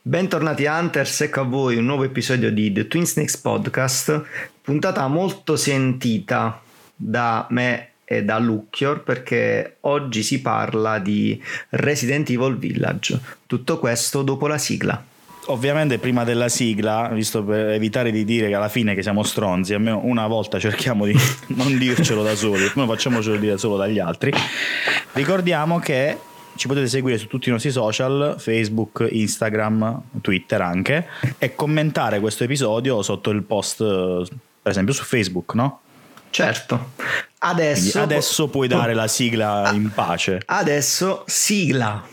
Bentornati Hunters, ecco a voi un nuovo episodio di The Twin Snakes Podcast, puntata molto sentita da me e da Lucchior perché oggi si parla di Resident Evil Village. Tutto questo dopo la sigla. Ovviamente prima della sigla, visto per evitare di dire che alla fine che siamo stronzi, almeno una volta cerchiamo di non dircelo da soli, almeno facciamocelo dire solo dagli altri, ricordiamo che ci potete seguire su tutti i nostri social, Facebook, Instagram, Twitter anche, e commentare questo episodio sotto il post, per esempio su Facebook, no? Certo. Adesso puoi dare la sigla in pace. Adesso sigla.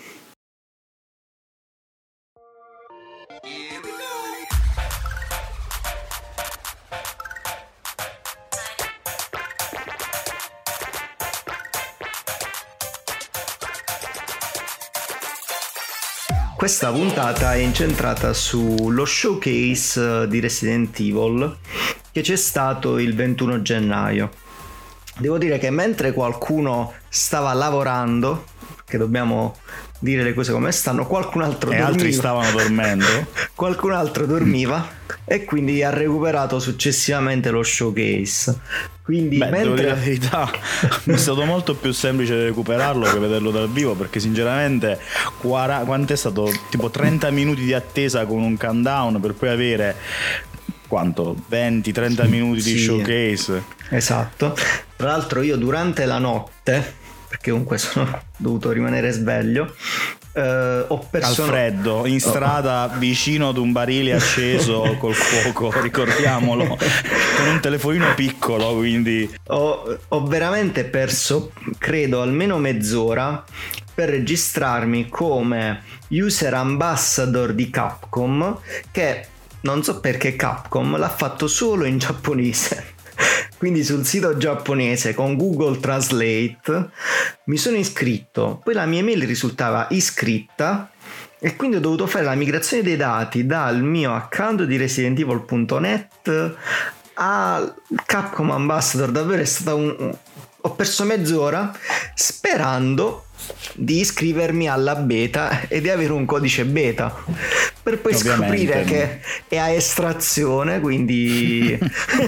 Questa puntata è incentrata sullo showcase di Resident Evil che c'è stato il 21 gennaio. Devo dire che mentre qualcuno stava lavorando, che dobbiamo dire le cose come stanno, qualcun altro dormiva. Altri stavano dormendo. Qualcun altro dormiva e quindi ha recuperato successivamente lo showcase. Quindi devo dire la verità, mi è stato molto più semplice recuperarlo che vederlo dal vivo, perché sinceramente quanto è stato? Tipo 30 minuti di attesa con un countdown per poi avere quanto? 20-30 minuti di showcase. Esatto. Tra l'altro io durante la notte, perché comunque sono dovuto rimanere sveglio, ho perso al freddo in strada vicino ad un barile acceso col fuoco, ricordiamolo, con un telefonino piccolo, quindi ho veramente perso credo almeno mezz'ora per registrarmi come user ambassador di Capcom, che non so perché Capcom l'ha fatto solo in giapponese. Quindi sul sito giapponese con Google Translate mi sono iscritto, poi la mia email risultava iscritta e quindi ho dovuto fare la migrazione dei dati dal mio account di residentevil.net al Capcom Ambassador. Davvero è stata ho perso mezz'ora sperando di iscrivermi alla beta e di avere un codice beta per poi scoprire che è a estrazione, quindi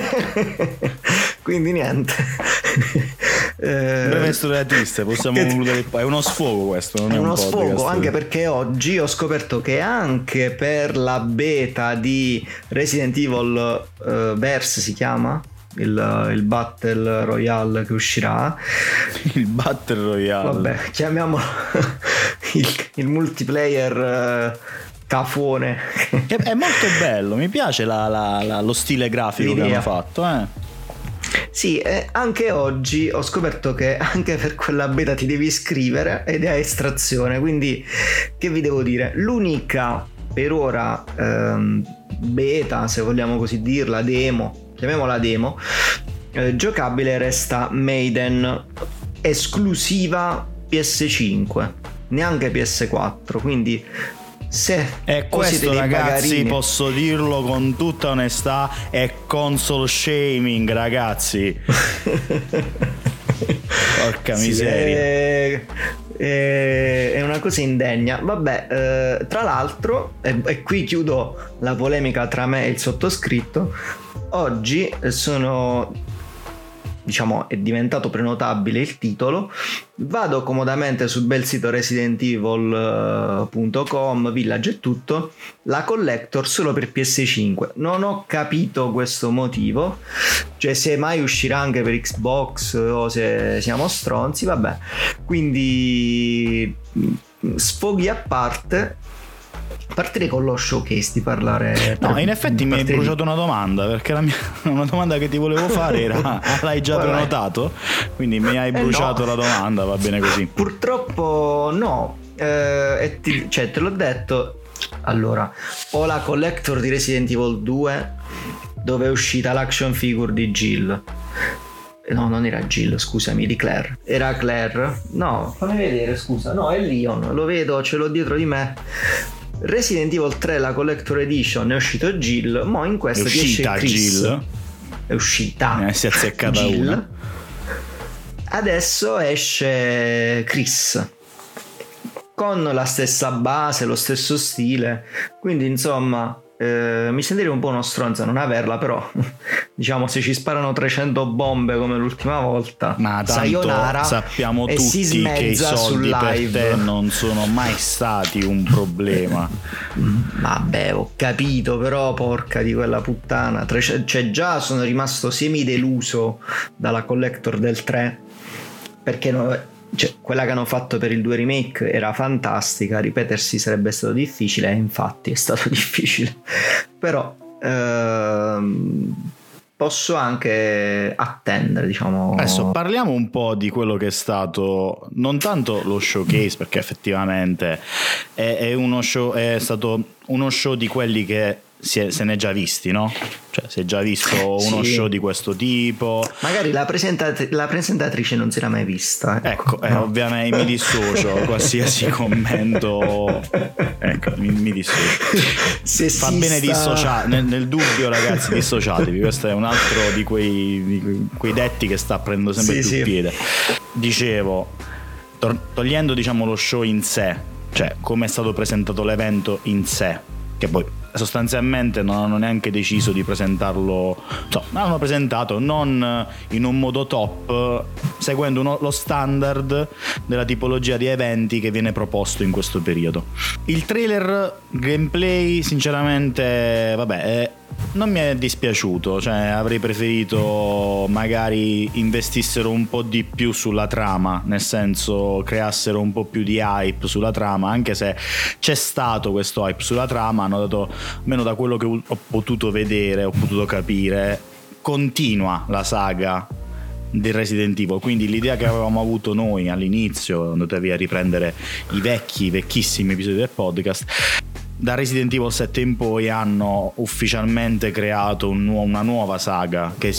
quindi niente. Breve storia triste, possiamo concludere. È uno sfogo questo, non è uno sfogo, anche perché oggi ho scoperto che anche per la beta di Resident Evil Verse si chiama il Battle Royale che uscirà, il Battle Royale, vabbè, chiamiamolo il multiplayer cafone, che è molto bello, mi piace lo stile grafico che hanno fatto, Sì, anche oggi ho scoperto che anche per quella beta ti devi iscrivere ed è a estrazione, quindi che vi devo dire, l'unica per ora beta, se vogliamo così dirla, demo, chiamiamola demo, giocabile resta Maiden, esclusiva PS5, neanche PS4, quindi se questo ragazzi posso dirlo con tutta onestà, è console shaming, ragazzi. Porca miseria, è una cosa indegna. Vabbè, tra l'altro, e qui chiudo la polemica tra me e il sottoscritto, oggi è diventato prenotabile il titolo, vado comodamente sul bel sito residentevil.com, Village e tutto, la collector solo per PS5, non ho capito questo motivo, cioè se mai uscirà anche per Xbox o se siamo stronzi, vabbè, quindi sfoghi a parte. Partirei con lo showcase di parlare. No, in effetti mi hai bruciato una domanda, perché una domanda che ti volevo fare era: l'hai già prenotato? Quindi mi hai bruciato la domanda, va bene così. Purtroppo no, te l'ho detto. Allora, ho la collector di Resident Evil 2 dove è uscita l'action figure di Jill. No, non era Jill, scusami, di Claire. Era Claire? No, fammi vedere, scusa. No, è Leon, lo vedo, ce l'ho dietro di me. Resident Evil 3, la Collector Edition, è uscito Jill, mo in questa è uscita Chris. Jill. È uscita. Si è azzeccata Jill. una. Adesso esce Chris. con la stessa base, lo stesso stile, quindi insomma mi sentirei un po' uno stronzo a non averla, però diciamo, se ci sparano 300 bombe come l'ultima volta, ma tanto sayonara, sappiamo e tutti si smezza che i soldi sul per live. te non sono mai stati un problema. Vabbè, ho capito, però porca di quella puttana, cioè già sono rimasto semi deluso dalla collector del 3, perché cioè, quella che hanno fatto per il 2 remake era fantastica, ripetersi sarebbe stato difficile, e infatti è stato difficile, però posso anche attendere, diciamo. Adesso parliamo un po' di quello che è stato, non tanto lo showcase, perché effettivamente è stato uno show di quelli che se ne è già visti, no? Cioè, si è già visto uno show di questo tipo. Magari la presentatrice non si era mai vista. Ecco, no. Ovviamente mi dissocio qualsiasi commento. Ecco, mi dissocio. Fa bene dissociare. Nel dubbio, ragazzi, dissociatevi. Questo è un altro di quei detti che sta prendendo sempre più piede. Dicevo, togliendo, diciamo, lo show in sé, cioè come è stato presentato l'evento in sé, che poi sostanzialmente non hanno neanche deciso di presentarlo, l'hanno presentato non in un modo top, seguendo lo standard della tipologia di eventi che viene proposto in questo periodo. Il trailer gameplay sinceramente non mi è dispiaciuto, cioè avrei preferito magari investissero un po' di più sulla trama, nel senso creassero un po' più di hype sulla trama, anche se c'è stato questo hype sulla trama. Hanno dato, almeno da quello che ho potuto vedere, ho potuto capire, continua la saga del Resident Evil, quindi l'idea che avevamo avuto noi all'inizio, andatevi a riprendere i vecchissimi episodi del podcast, da Resident Evil 7 in poi hanno ufficialmente creato una nuova saga che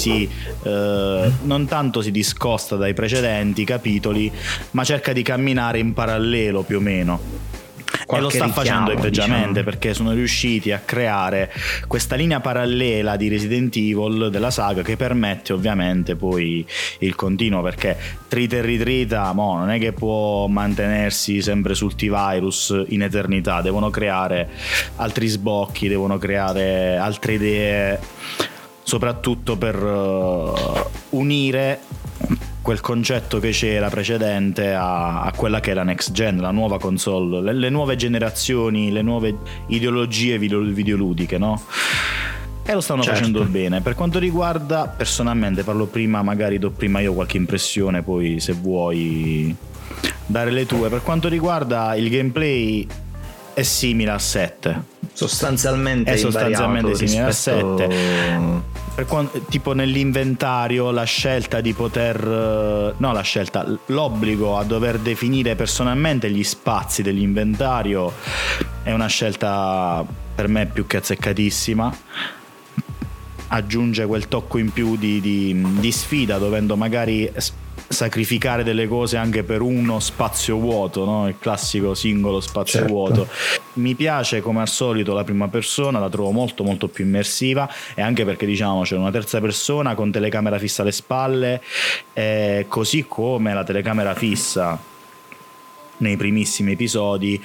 non tanto si discosta dai precedenti capitoli, ma cerca di camminare in parallelo più o meno. E lo sta facendo egregiamente, diciamo, perché sono riusciti a creare questa linea parallela di Resident Evil della saga che permette ovviamente poi il continuo, perché trita e ritrita non è che può mantenersi sempre sul T-Virus in eternità, devono creare altri sbocchi, devono creare altre idee, soprattutto per unire quel concetto che c'era precedente a quella che è la next gen, la nuova console, le nuove generazioni, le nuove ideologie videoludiche, no? E lo stanno facendo bene. Per quanto riguarda, personalmente parlo prima, magari do prima io qualche impressione, poi se vuoi dare le tue. Per quanto riguarda il gameplay è simile a 7, sostanzialmente simile a 7. Tipo nell'inventario la scelta di poter l'obbligo a dover definire personalmente gli spazi dell'inventario è una scelta per me più che azzeccatissima. Aggiunge quel tocco in più di sfida, dovendo magari sacrificare delle cose anche per uno spazio vuoto, no? Il classico singolo spazio vuoto. Mi piace come al solito la prima persona, la trovo molto molto più immersiva, e anche perché, diciamo, c'è una terza persona con telecamera fissa alle spalle, così come la telecamera fissa nei primissimi episodi,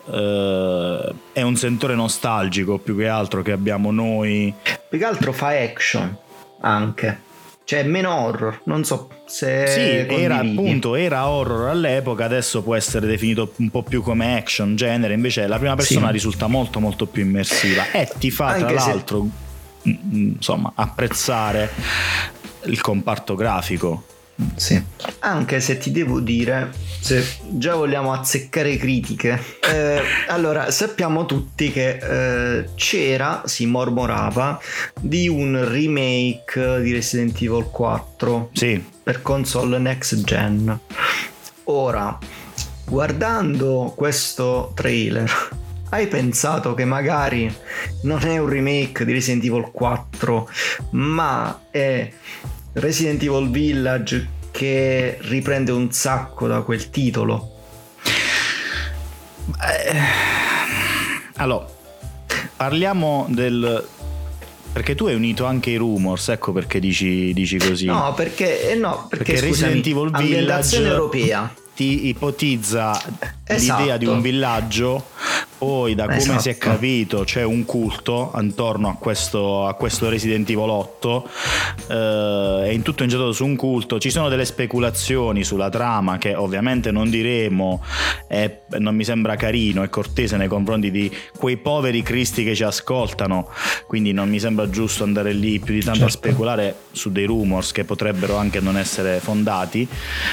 è un sentore nostalgico più che altro che abbiamo noi. Più che altro fa action anche, cioè meno horror, non so se era horror all'epoca, adesso può essere definito un po' più come action genere, invece la prima persona risulta molto molto più immersiva e ti fa anche, tra l'altro, insomma, apprezzare il comparto grafico. Sì, anche se ti devo dire, se già vogliamo azzeccare critiche, allora sappiamo tutti che si mormorava di un remake di Resident Evil 4 per console next gen. Ora, guardando questo trailer, hai pensato che magari non è un remake di Resident Evil 4, ma è Resident Evil Village che riprende un sacco da quel titolo? Allora, parliamo perché tu hai unito anche i rumors, ecco perché dici così. No, perché scusami, Resident Evil ambientazione Village europea. ti ipotizza l'idea di Esatto. un villaggio, poi da come si è Esatto. capito c'è un culto attorno a questo Resident Evil 8, è in tutto incentrato su un culto. Ci sono delle speculazioni sulla trama che ovviamente non diremo, e non mi sembra carino e cortese nei confronti di quei poveri cristi che ci ascoltano, quindi non mi sembra giusto andare lì più di tanto a Certo. speculare su dei rumors che potrebbero anche non essere fondati.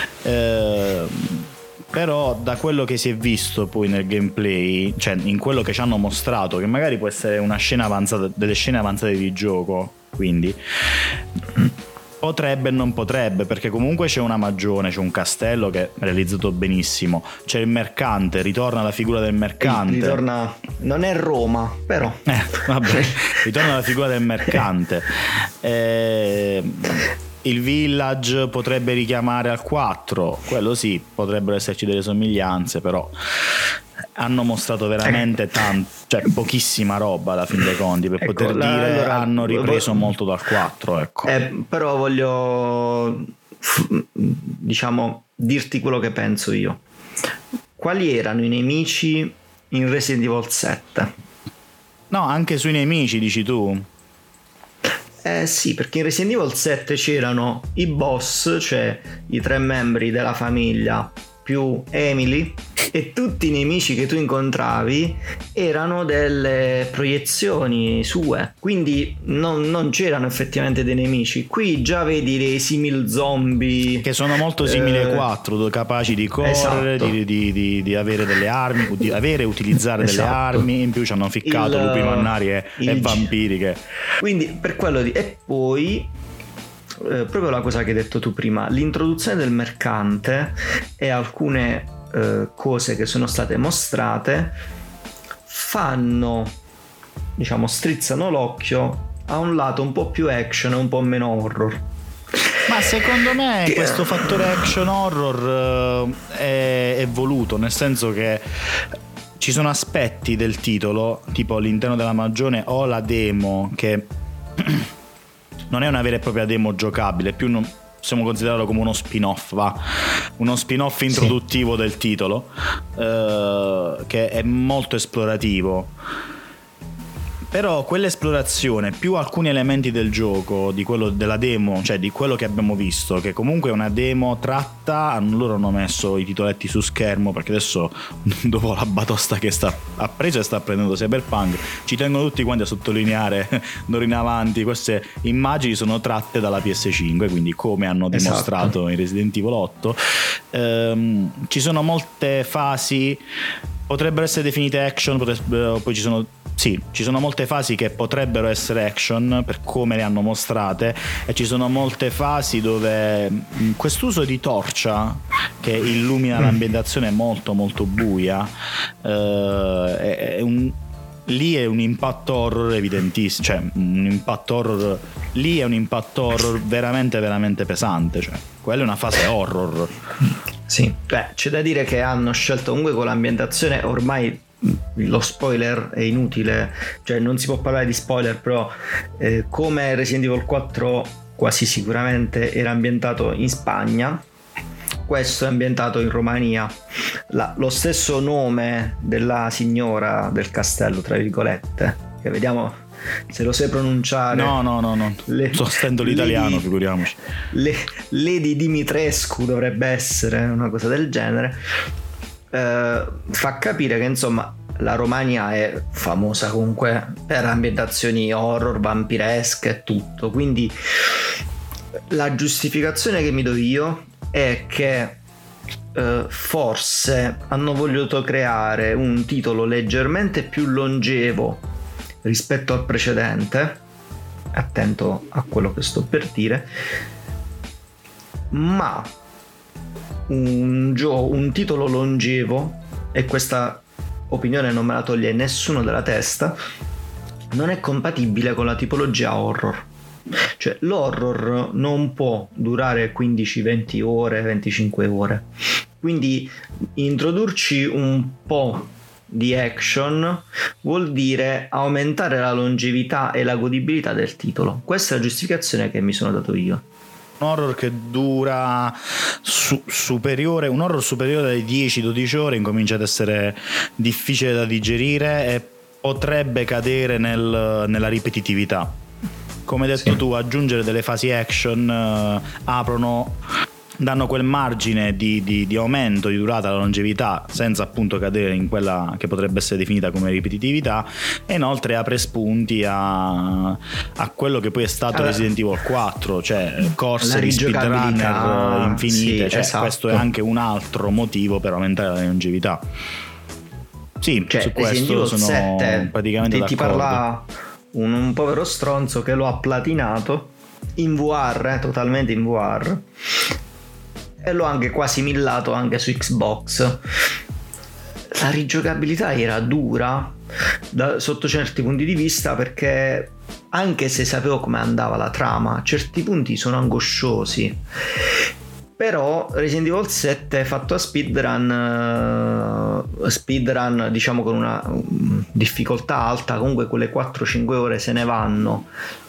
Però da quello che si è visto poi nel gameplay, cioè in quello che ci hanno mostrato, che magari può essere una scena avanzata, delle scene avanzate di gioco, quindi potrebbe e non potrebbe, perché comunque c'è una magione, c'è un castello che è realizzato benissimo, c'è il mercante, ritorna la figura del mercante, Ritorna, non è Roma, però vabbè, ritorna la figura del mercante. Il village potrebbe richiamare al 4, quello sì, potrebbero esserci delle somiglianze, però hanno mostrato veramente cioè pochissima roba alla fin dei conti, per Ecco, poter dire allora, hanno ripreso molto dal 4, ecco. però voglio diciamo dirti quello che penso io. Quali erano i nemici in Resident Evil 7? No, anche sui nemici dici tu? Sì, perché in Resident Evil 7 c'erano i boss, cioè i 3 membri della famiglia più Emily, e tutti i nemici che tu incontravi erano delle proiezioni sue, quindi non c'erano effettivamente dei nemici. Qui già vedi dei simil zombie che sono molto simili ai 4, capaci di correre, esatto. di avere delle armi, di avere e utilizzare delle Esatto. armi, in più ci hanno ficcato lupi mannari e vampiri che... Quindi per quello e poi proprio la cosa che hai detto tu prima, l'introduzione del mercante e alcune cose che sono state mostrate fanno, diciamo, strizzano l'occhio a un lato un po' più action e un po' meno horror. Ma secondo me questo fattore action horror è voluto, nel senso che ci sono aspetti del titolo, tipo all'interno della magione o la demo, che non è una vera e propria demo giocabile, più possiamo considerarlo come uno spin-off, uno spin-off introduttivo del titolo, che è molto esplorativo. Però quell'esplorazione più alcuni elementi del gioco, di quello della demo, cioè di quello che abbiamo visto, che comunque è una demo tratta, loro hanno messo i titoletti su schermo, perché adesso dopo la batosta che ha preso e sta prendendo Cyberpunk, ci tengono tutti quanti a sottolineare d'ora in avanti, queste immagini sono tratte dalla PS5, quindi come hanno dimostrato in Resident Evil 8. Ci sono molte fasi, potrebbero essere definite action, poi ci sono molte fasi che potrebbero essere action per come le hanno mostrate, e ci sono molte fasi dove quest'uso di torcia che illumina l'ambientazione molto molto buia, lì è un impact horror evidentissimo, cioè un impact horror, lì è un impact horror veramente veramente pesante, cioè quella è una fase horror. Sì, c'è da dire che hanno scelto comunque con l'ambientazione, ormai lo spoiler è inutile, cioè non si può parlare di spoiler, però come Resident Evil 4 quasi sicuramente era ambientato in Spagna, questo è ambientato in Romania. Lo stesso nome della signora del castello, tra virgolette, che vediamo se lo sai pronunciare. No. Sostendo l'italiano, figuriamoci. Lady Dimitrescu dovrebbe essere una cosa del genere. Fa capire che insomma la Romania è famosa comunque per ambientazioni horror, vampiresche e tutto, quindi la giustificazione che mi do io è che forse hanno voluto creare un titolo leggermente più longevo rispetto al precedente, attento a quello che sto per dire, ma un titolo longevo, e questa opinione non me la toglie nessuno dalla testa, non è compatibile con la tipologia horror. Cioè l'horror non può durare 15-20 ore, 25 ore, quindi introdurci un po' di action vuol dire aumentare la longevità e la godibilità del titolo. Questa è la giustificazione che mi sono dato io. horror che dura superiore, un horror superiore alle 10-12 ore incomincia ad essere difficile da digerire e potrebbe cadere nella ripetitività. Come hai detto tu, aggiungere delle fasi action danno quel margine di aumento di durata alla longevità senza appunto cadere in quella che potrebbe essere definita come ripetitività, e inoltre apre spunti a quello che poi è stato Resident Evil 4, cioè corse di speedrunner infinite, sì, cioè esatto. Questo è anche un altro motivo per aumentare la longevità. Sì, cioè, su questo sono 7, praticamente d'accordo. Ti parla un povero stronzo che lo ha platinato in VR, totalmente in VR, e l'ho anche quasi millato anche su Xbox. La rigiocabilità era dura sotto certi punti di vista, perché anche se sapevo come andava la trama, certi punti sono angosciosi. Però Resident Evil 7 fatto a speedrun diciamo con una difficoltà alta, comunque quelle 4-5 ore se ne vanno,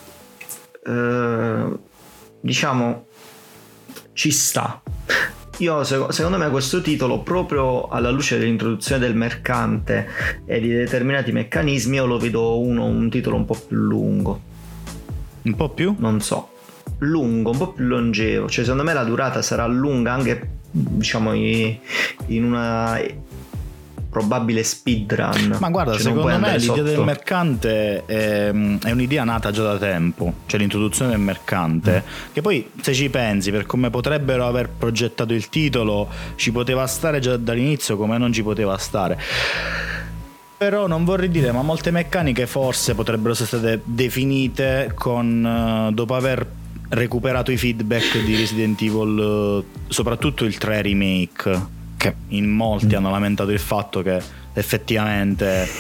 diciamo ci sta. Io secondo me questo titolo, proprio alla luce dell'introduzione del mercante e di determinati meccanismi, io lo vedo un titolo un po' più lungo. Un po' più? Non so, lungo, un po' più longevo, cioè secondo me la durata sarà lunga anche diciamo in una probabile speedrun. Ma guarda, cioè, secondo me l'idea sotto del mercante è un'idea nata già da tempo, cioè l'introduzione del mercante, che poi se ci pensi, per come potrebbero aver progettato il titolo, ci poteva stare già dall'inizio come non ci poteva stare. Però non vorrei dire, ma molte meccaniche forse potrebbero essere state definite dopo aver recuperato i feedback di Resident Evil, soprattutto il 3 remake, che in molti hanno lamentato il fatto che effettivamente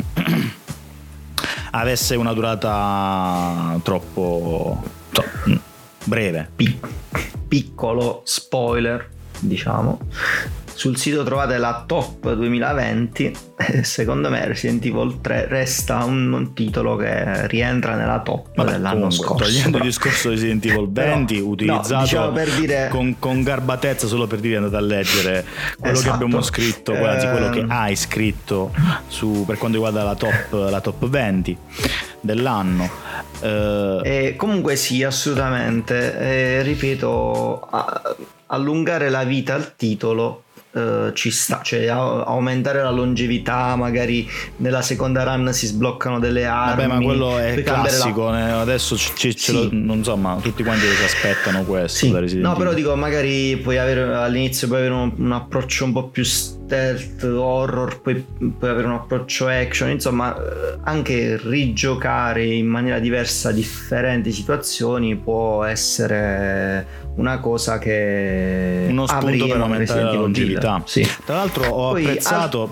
avesse una durata troppo breve. Piccolo spoiler, diciamo, sul sito trovate la top 2020. Secondo me Resident Evil 3 resta un titolo che rientra nella top dell'anno scorso. Togliendo il discorso di Resident Evil 20 utilizzato, no, diciamo, per dire, con garbatezza, solo per dire, andate a leggere quello esatto, che abbiamo scritto, anzi quello che hai scritto per quanto riguarda la top 20 dell'anno. Comunque sì, assolutamente, ripeto, allungare la vita al titolo ci sta, cioè aumentare la longevità, magari nella seconda run si sbloccano delle armi. Vabbè, ma quello è classico, adesso sì. non so, ma tutti quanti si aspettano questo, sì. Da Resident Evil. Però dico, magari all'inizio puoi avere un approccio un po' più stealth horror, poi puoi avere un approccio action, insomma anche rigiocare in maniera diversa differenti situazioni può essere una cosa che uno spunto per aumentare la longevità. Sì. Tra l'altro ho apprezzato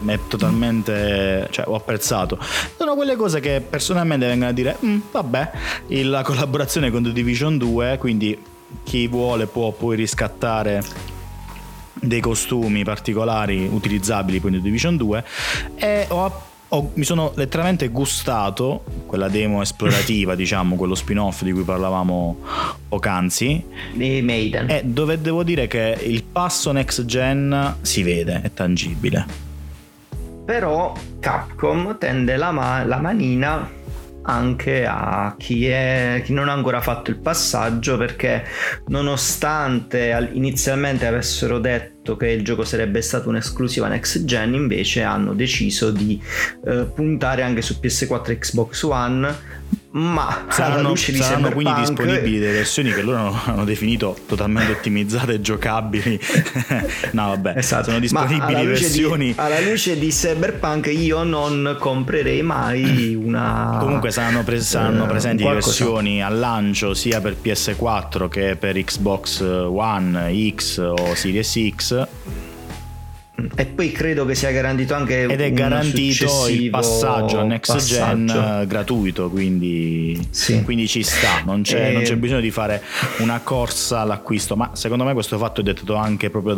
ho apprezzato, sono quelle cose che personalmente vengono a dire vabbè, la collaborazione con The Division 2, quindi chi vuole può poi riscattare dei costumi particolari utilizzabili poi in The Division 2, e mi sono letteralmente gustato quella demo esplorativa, diciamo, quello spin-off di cui parlavamo poc'anzi, di Maiden, e dove devo dire che il passo next gen si vede, è tangibile. Però Capcom tende la manina anche a chi non ha ancora fatto il passaggio, perché nonostante inizialmente avessero detto che il gioco sarebbe stato un'esclusiva next gen, invece hanno deciso di puntare anche su PS4 e Xbox One, ma saranno Cyberpunk, quindi disponibili delle versioni che loro hanno definito totalmente ottimizzate e giocabili. No vabbè, esatto. Sono disponibili versioni alla luce di Cyberpunk. Io non comprerei mai una. Comunque saranno presenti versioni al lancio sia per PS4 che per Xbox One X o Series X. E poi credo che sia garantito anche ed è garantito il passaggio a next gen gratuito, quindi ci sta, non c'è bisogno di fare una corsa all'acquisto. Ma secondo me questo fatto è dettato anche proprio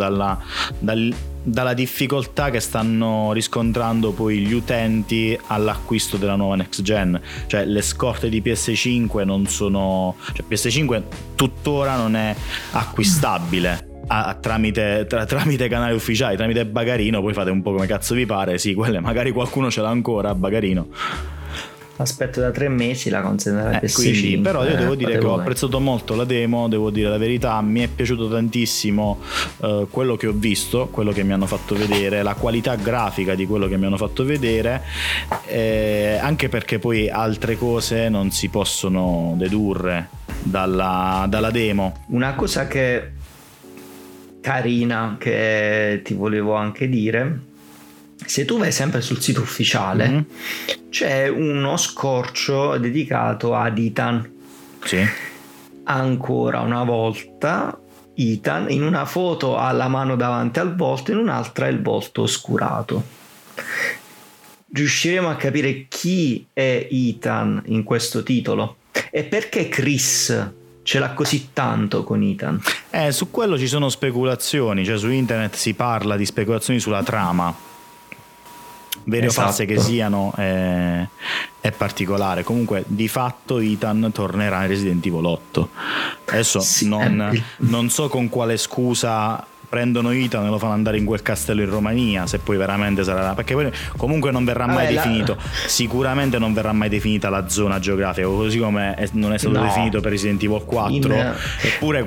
dalla difficoltà che stanno riscontrando poi gli utenti all'acquisto della nuova next gen. Cioè le scorte di PS5 non sono, cioè PS5 tuttora non è acquistabile tramite canali ufficiali, tramite Bagarino. Poi fate un po' come cazzo vi pare. Sì, quelle magari qualcuno ce l'ha ancora a Bagarino. Aspetto da 3 mesi la consegna della PS5. Quindi, però io devo dire che ho apprezzato molto la demo, devo dire la verità, mi è piaciuto tantissimo quello che ho visto, quello che mi hanno fatto vedere, la qualità grafica di quello che mi hanno fatto vedere, anche perché poi altre cose non si possono dedurre dalla demo. Una cosa che carina che ti volevo anche dire: se tu vai sempre sul sito ufficiale, c'è uno scorcio dedicato ad Ethan. Sì. Ancora una volta Ethan in una foto ha la mano davanti al volto, in un'altra il volto oscurato. Riusciremo a capire chi è Ethan in questo titolo e perché Chris ce l'ha così tanto con Ethan? Su quello ci sono speculazioni, cioè su internet si parla di speculazioni sulla trama, vere o false che siano, è particolare. Comunque di fatto Ethan tornerà in Resident Evil 8. Adesso non so con quale scusa prendono Ethan e lo fanno andare in quel castello in Romania, se poi veramente sarà, perché poi comunque non verrà mai definito, sicuramente non verrà mai definita la zona geografica, così come non è stato definito per Resident Evil 4. Eppure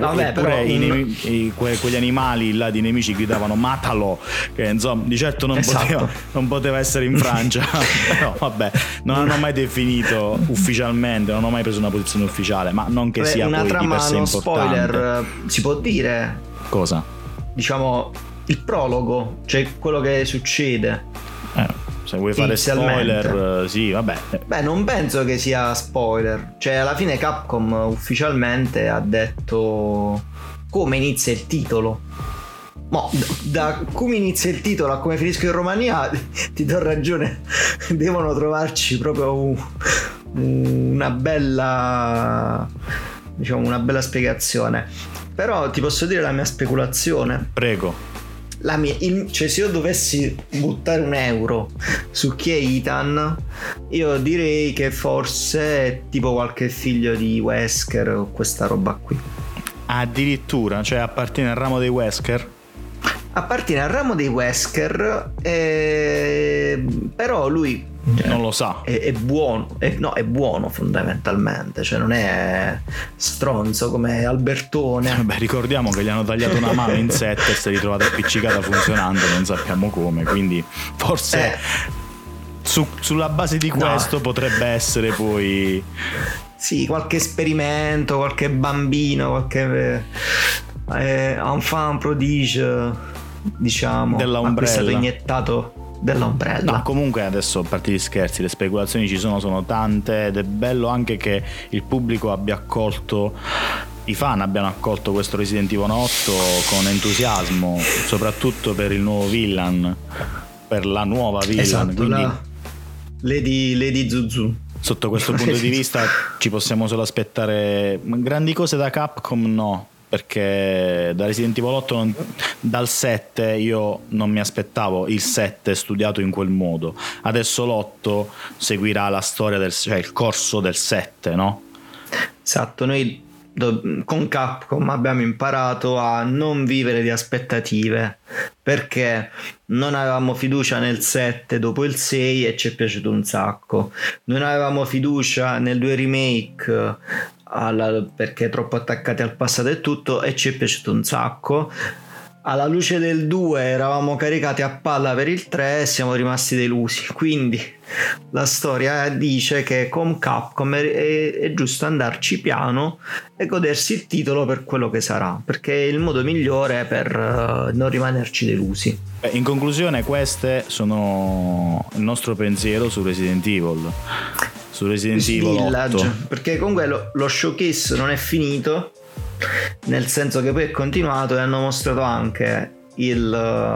quegli animali là di nemici gridavano matalo, che insomma di certo non poteva essere in Francia. Però vabbè, non hanno mai definito ufficialmente, non hanno mai preso una posizione ufficiale, ma non che sia una poi trama, di per sé uno importante. Spoiler, si può dire? Cosa? Diciamo il prologo, cioè quello che succede. Se vuoi fare spoiler, sì, vabbè. Beh, non penso che sia spoiler. Cioè, alla fine Capcom ufficialmente ha detto come inizia il titolo. Ma da come inizia il titolo a come finisco in Romania, ti do ragione. Devono trovarci proprio una bella, diciamo, una bella spiegazione. Però ti posso dire la mia speculazione. Prego. Cioè, se io dovessi buttare €1 su chi è Ethan, io direi che forse è tipo qualche figlio di Wesker o questa roba qui. Addirittura, cioè appartiene al ramo dei Wesker? Appartiene al ramo dei Wesker, però lui non lo sa. È buono, è buono fondamentalmente, cioè non è stronzo come Albertone. Beh, ricordiamo che gli hanno tagliato una mano in 7 e si è ritrovata appiccicata funzionando, non sappiamo come, quindi forse sulla base di questo potrebbe essere poi qualche esperimento, qualche bambino, qualche enfant prodige, diciamo, a cui è stato iniettato dell'ombrella. No, comunque adesso, a parte gli scherzi, le speculazioni ci sono tante, ed è bello anche che il pubblico abbia accolto, i fan abbiano accolto questo Resident Evil 8 con entusiasmo, soprattutto per il nuovo villain, per la nuova villain. Quindi Lady Zuzu. Sotto questo punto di vista ci possiamo solo aspettare grandi cose da Capcom, no, perché da Resident Evil 8 dal 7 io non mi aspettavo il 7 studiato in quel modo. Adesso l'8 seguirà la storia cioè il corso del 7, no? Esatto, noi con Capcom abbiamo imparato a non vivere di aspettative, perché non avevamo fiducia nel 7 dopo il 6 e ci è piaciuto un sacco. Non avevamo fiducia nel 2 remake perché troppo attaccati al passato e tutto, e ci è piaciuto un sacco. Alla luce del 2 eravamo caricati a palla per il 3 e siamo rimasti delusi. Quindi la storia dice che con Capcom è giusto andarci piano e godersi il titolo per quello che sarà, perché è il modo migliore per non rimanerci delusi. In conclusione, queste sono il nostro pensiero su Resident Evil. Su Resident Evil 8, perché comunque lo showcase non è finito, nel senso che poi è continuato e hanno mostrato anche il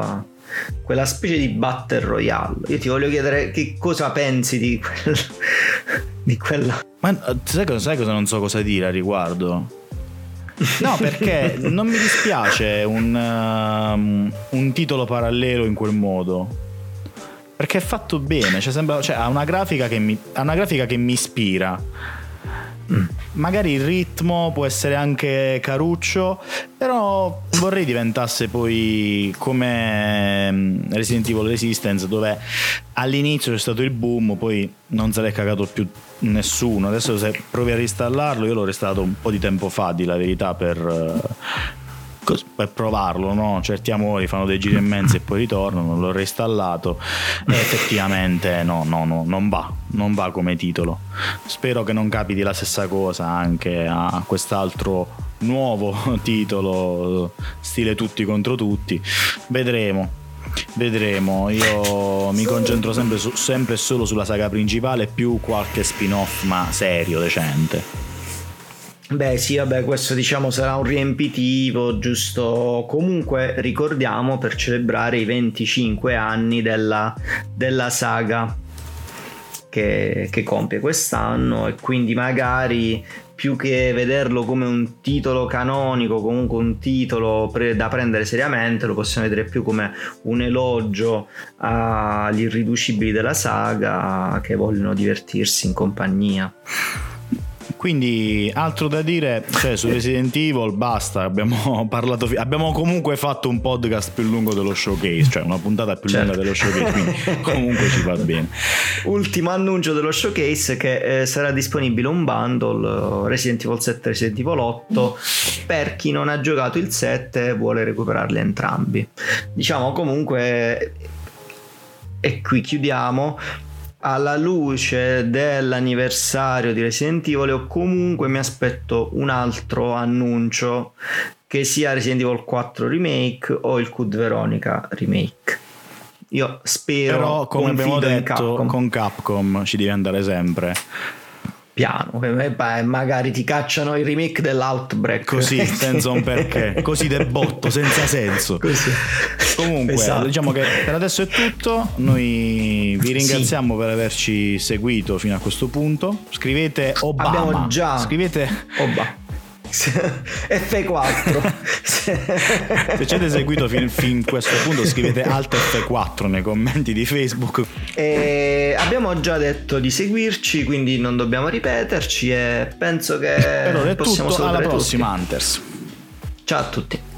quella specie di Battle Royale. Io ti voglio chiedere che cosa pensi di quella. Ma sai cosa non so cosa dire a riguardo? No, perché non mi dispiace un titolo parallelo in quel modo, perché è fatto bene, ha una grafica che mi ispira. Magari il ritmo può essere anche caruccio, però vorrei diventasse poi come Resident Evil Resistance, dove all'inizio c'è stato il boom, poi non se l'è cagato più nessuno. Adesso se provi a reinstallarlo, io l'ho reinstallato un po' di tempo fa, di la verità, per provarlo, no? Certi amori fanno dei giri immensi e poi ritornano. L'ho reinstallato e effettivamente non va come titolo. Spero che non capiti la stessa cosa anche a quest'altro nuovo titolo stile tutti contro tutti. Vedremo. Io mi concentro sempre solo sulla saga principale, più qualche spin-off ma serio, decente. Beh sì, vabbè, questo diciamo sarà un riempitivo, giusto? Comunque ricordiamo, per celebrare i 25 anni della saga che compie quest'anno, e quindi magari più che vederlo come un titolo canonico, comunque un titolo da prendere seriamente, lo possiamo vedere più come un elogio agli irriducibili della saga che vogliono divertirsi in compagnia. Quindi altro da dire, cioè, su Resident Evil basta, abbiamo parlato, abbiamo comunque fatto un podcast più lungo dello showcase, cioè una puntata più lunga dello showcase, quindi comunque ci va bene. Ultimo annuncio dello showcase, che sarà disponibile un bundle Resident Evil 7 e Resident Evil 8 per chi non ha giocato il 7 e vuole recuperarli entrambi. Diciamo comunque, e qui chiudiamo. Alla luce dell'anniversario di Resident Evil, o comunque mi aspetto un altro annuncio, che sia Resident Evil 4 Remake o il Code Veronica Remake. Io spero, però come abbiamo detto, con Capcom ci devi andare sempre piano, magari ti cacciano il remake dell'Outbreak così senza un perché, così de botto, senza senso. Così. Comunque esatto. Diciamo che per adesso è tutto. Noi vi ringraziamo per averci seguito fino a questo punto. Scrivete Obama. Abbiamo già scrivete Obama F4. Se ci avete seguito fin a questo punto, scrivete Alt F4 nei commenti di Facebook. Abbiamo già detto di seguirci, quindi non dobbiamo ripeterci, e penso che allora è possiamo tutto, alla salutare prossima tutti. Hunters. Ciao a tutti.